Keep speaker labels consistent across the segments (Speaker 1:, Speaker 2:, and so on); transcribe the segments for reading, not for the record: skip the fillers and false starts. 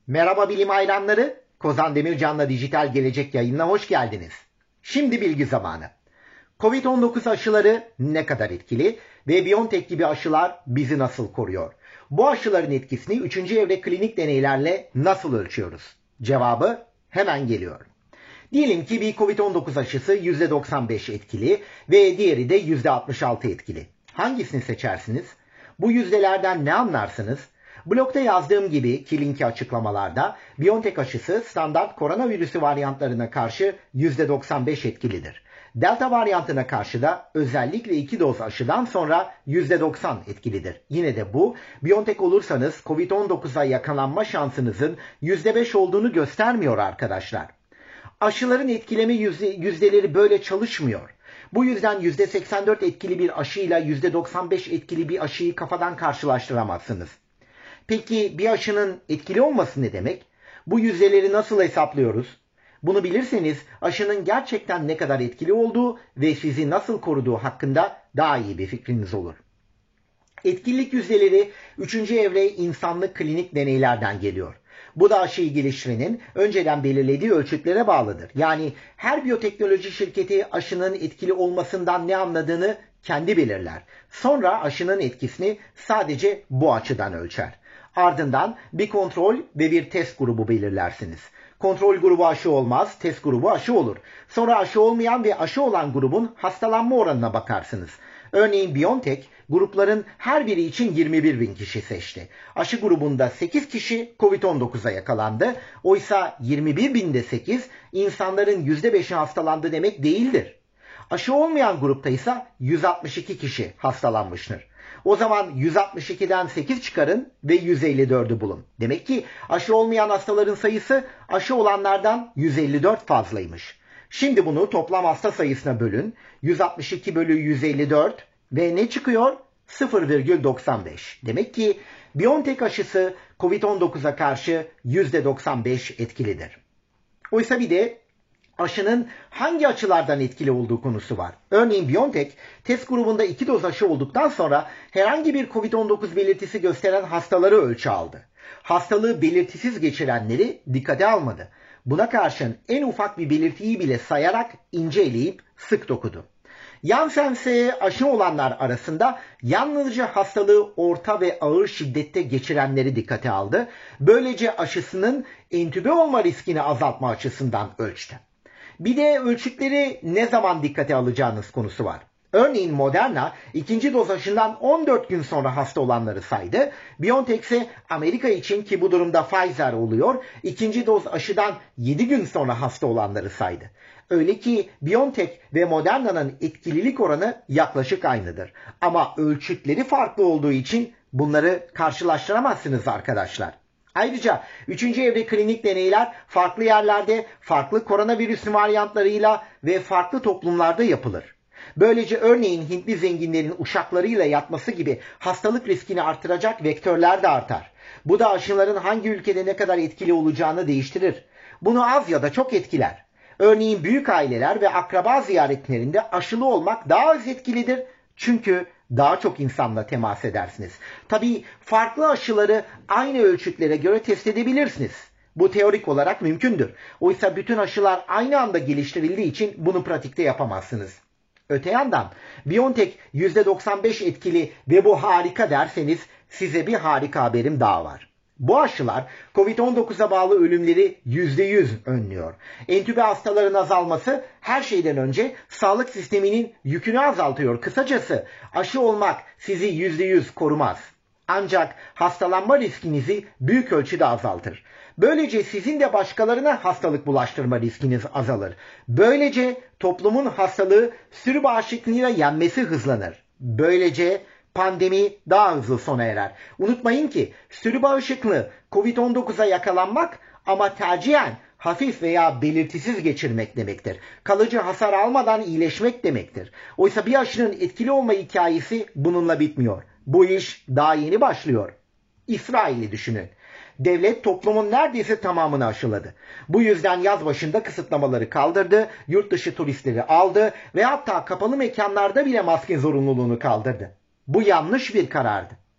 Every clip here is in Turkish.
Speaker 1: Merhaba bilim hayranları, Kozan Demircan'la Dijital Gelecek yayınına hoş geldiniz. Şimdi bilgi zamanı. Covid-19 aşıları ne kadar etkili ve BioNTech gibi aşılar bizi nasıl koruyor? Bu aşıların etkisini 3. evre klinik deneylerle nasıl ölçüyoruz? Cevabı hemen geliyor. Diyelim ki bir Covid-19 aşısı %95 etkili ve diğeri de %66 etkili. Hangisini seçersiniz? Bu yüzdelerden ne anlarsınız? Blogda yazdığım gibi ki linki açıklamalarda BioNTech aşısı standart koronavirüsü varyantlarına karşı %95 etkilidir. Delta varyantına karşı da özellikle 2 doz aşıdan sonra %90 etkilidir. Yine de bu BioNTech olursanız Covid-19'a yakalanma şansınızın %5 olduğunu göstermiyor arkadaşlar. Aşıların etkileme yüzdeleri böyle çalışmıyor. Bu yüzden %84 etkili bir aşıyla %95 etkili bir aşıyı kafadan karşılaştıramazsınız. Peki bir aşının etkili olması ne demek? Bu yüzdeleri nasıl hesaplıyoruz? Bunu bilirseniz aşının gerçekten ne kadar etkili olduğu ve sizi nasıl koruduğu hakkında daha iyi bir fikriniz olur. Etkinlik yüzdeleri 3. evre insanlık klinik deneylerden geliyor. Bu da aşıyı geliştirenin önceden belirlediği ölçütlere bağlıdır. Yani her biyoteknoloji şirketi aşının etkili olmasından ne anladığını kendi belirler. Sonra aşının etkisini sadece bu açıdan ölçer. Ardından bir kontrol ve bir test grubu belirlersiniz. Kontrol grubu aşı olmaz, test grubu aşı olur. Sonra aşı olmayan ve aşı olan grubun hastalanma oranına bakarsınız. Örneğin BioNTech grupların her biri için 21.000 kişi seçti. Aşı grubunda 8 kişi Covid-19'a yakalandı. Oysa 21.000'de 8 insanların %5'i hastalandı demek değildir. Aşı olmayan grupta ise 162 kişi hastalanmıştır. O zaman 162'den 8 çıkarın ve 154'ü bulun. Demek ki aşı olmayan hastaların sayısı aşı olanlardan 154 fazlaymış. Şimdi bunu toplam hasta sayısına bölün. 162 bölü 154 ve ne çıkıyor? 0,95. Demek ki BioNTech aşısı Covid-19'a karşı %95 etkilidir. Oysa bir de aşının hangi açılardan etkili olduğu konusu var. Örneğin BioNTech test grubunda 2 doz aşı olduktan sonra herhangi bir Covid-19 belirtisi gösteren hastaları ölçü aldı. Hastalığı belirtisiz geçirenleri dikkate almadı. Buna karşın en ufak bir belirtiyi bile sayarak ince eleyip sık dokudu. Janssen'e aşı olanlar arasında yalnızca hastalığı orta ve ağır şiddette geçirenleri dikkate aldı. Böylece aşısının entübe olma riskini azaltma açısından ölçtü. Bir de ölçütleri ne zaman dikkate alacağınız konusu var. Örneğin Moderna ikinci doz aşından 14 gün sonra hasta olanları saydı. BioNTech ise Amerika için ki bu durumda Pfizer oluyor, ikinci doz aşıdan 7 gün sonra hasta olanları saydı. Öyle ki BioNTech ve Moderna'nın etkililik oranı yaklaşık aynıdır. Ama ölçütleri farklı olduğu için bunları karşılaştıramazsınız arkadaşlar. Ayrıca 3. evre klinik deneyler farklı yerlerde, farklı koronavirüs varyantlarıyla ve farklı toplumlarda yapılır. Böylece örneğin Hintli zenginlerin uşaklarıyla yatması gibi hastalık riskini artıracak vektörler de artar. Bu da aşıların hangi ülkede ne kadar etkili olacağını değiştirir. Bunu az ya da çok etkiler. Örneğin büyük aileler ve akraba ziyaretlerinde aşılı olmak daha az etkilidir. Çünkü daha çok insanla temas edersiniz. Tabii farklı aşıları aynı ölçütlere göre test edebilirsiniz. Bu teorik olarak mümkündür. Oysa bütün aşılar aynı anda geliştirildiği için bunu pratikte yapamazsınız. Öte yandan BioNTech %95 etkili ve bu harika derseniz size bir harika haberim daha var. Bu aşılar Covid-19'a bağlı ölümleri %100 önlüyor. Entübe hastaların azalması her şeyden önce sağlık sisteminin yükünü azaltıyor. Kısacası aşı olmak sizi %100 korumaz. Ancak hastalanma riskinizi büyük ölçüde azaltır. Böylece sizin de başkalarına hastalık bulaştırma riskiniz azalır. Böylece toplumun hastalığı sürü bağışıklığıyla yenmesi hızlanır. Böylece pandemi daha hızlı sona erer. Unutmayın ki sürü bağışıklığı Covid-19'a yakalanmak ama tercihen hafif veya belirtisiz geçirmek demektir. Kalıcı hasar almadan iyileşmek demektir. Oysa bir aşının etkili olma hikayesi bununla bitmiyor. Bu iş daha yeni başlıyor. İsrail'i düşünün. Devlet toplumun neredeyse tamamını aşıladı. Bu yüzden yaz başında kısıtlamaları kaldırdı, yurt dışı turistleri aldı ve hatta kapalı mekanlarda bile maske zorunluluğunu kaldırdı. Bu yanlış bir karardı.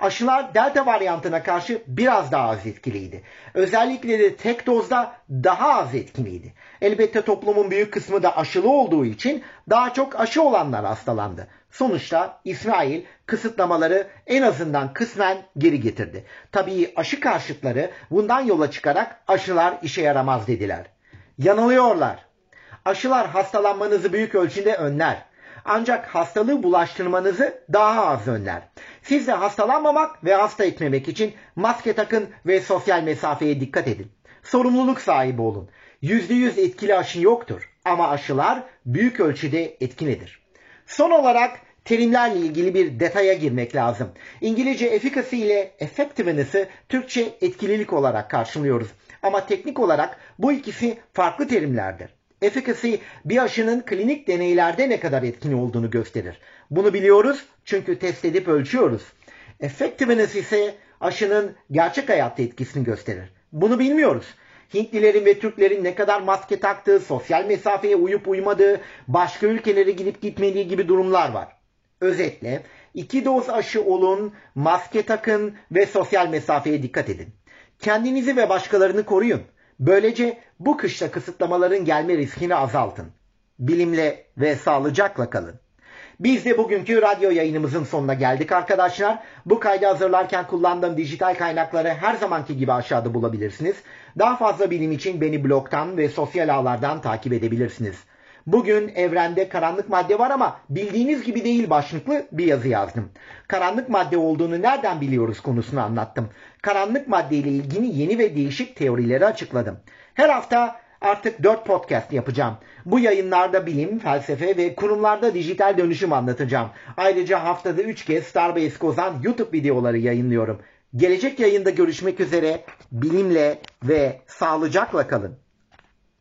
Speaker 1: Aşılar delta varyantına karşı biraz daha az etkiliydi. Özellikle de tek dozda daha az etkiliydi. Elbette toplumun büyük kısmı da aşılı olduğu için daha çok aşı olanlar hastalandı. Sonuçta İsrail kısıtlamaları en azından kısmen geri getirdi. Tabii aşı karşıtları bundan yola çıkarak aşılar işe yaramaz dediler. Yanılıyorlar. Aşılar hastalanmanızı büyük ölçüde önler. Ancak hastalığı bulaştırmanızı daha az önler. Siz de hastalanmamak ve hasta etmemek için maske takın ve sosyal mesafeye dikkat edin. Sorumluluk sahibi olun. %100 etkili aşı yoktur ama aşılar büyük ölçüde etkilidir. Son olarak terimlerle ilgili bir detaya girmek lazım. İngilizce efficacy ile effectiveness'ı Türkçe etkililik olarak karşılıyoruz. Ama teknik olarak bu ikisi farklı terimlerdir. Efficacy bir aşının klinik deneylerde ne kadar etkin olduğunu gösterir. Bunu biliyoruz çünkü test edip ölçüyoruz. Effectiveness ise aşının gerçek hayatta etkisini gösterir. Bunu bilmiyoruz. Hintlilerin ve Türklerin ne kadar maske taktığı, sosyal mesafeye uyup uymadığı, başka ülkelere gidip gitmediği gibi durumlar var. Özetle 2 doz aşı olun, maske takın ve sosyal mesafeye dikkat edin. Kendinizi ve başkalarını koruyun. Böylece bu kışta kısıtlamaların gelme riskini azaltın. Bilimle ve sağlıcakla kalın. Biz de bugünkü radyo yayınımızın sonuna geldik arkadaşlar. Bu kaydı hazırlarken kullandığım dijital kaynakları her zamanki gibi aşağıda bulabilirsiniz. Daha fazla bilim için beni blogdan ve sosyal ağlardan takip edebilirsiniz. Bugün evrende karanlık madde var ama bildiğiniz gibi değil başlıklı bir yazı yazdım. Karanlık madde olduğunu nereden biliyoruz konusunu anlattım. Karanlık madde ile ilgili yeni ve değişik teorileri açıkladım. Her hafta artık 4 podcast yapacağım. Bu yayınlarda bilim, felsefe ve kurumlarda dijital dönüşüm anlatacağım. Ayrıca haftada 3 kez Starbase Kozan YouTube videoları yayınlıyorum. Gelecek yayında görüşmek üzere. Bilimle ve sağlıcakla kalın.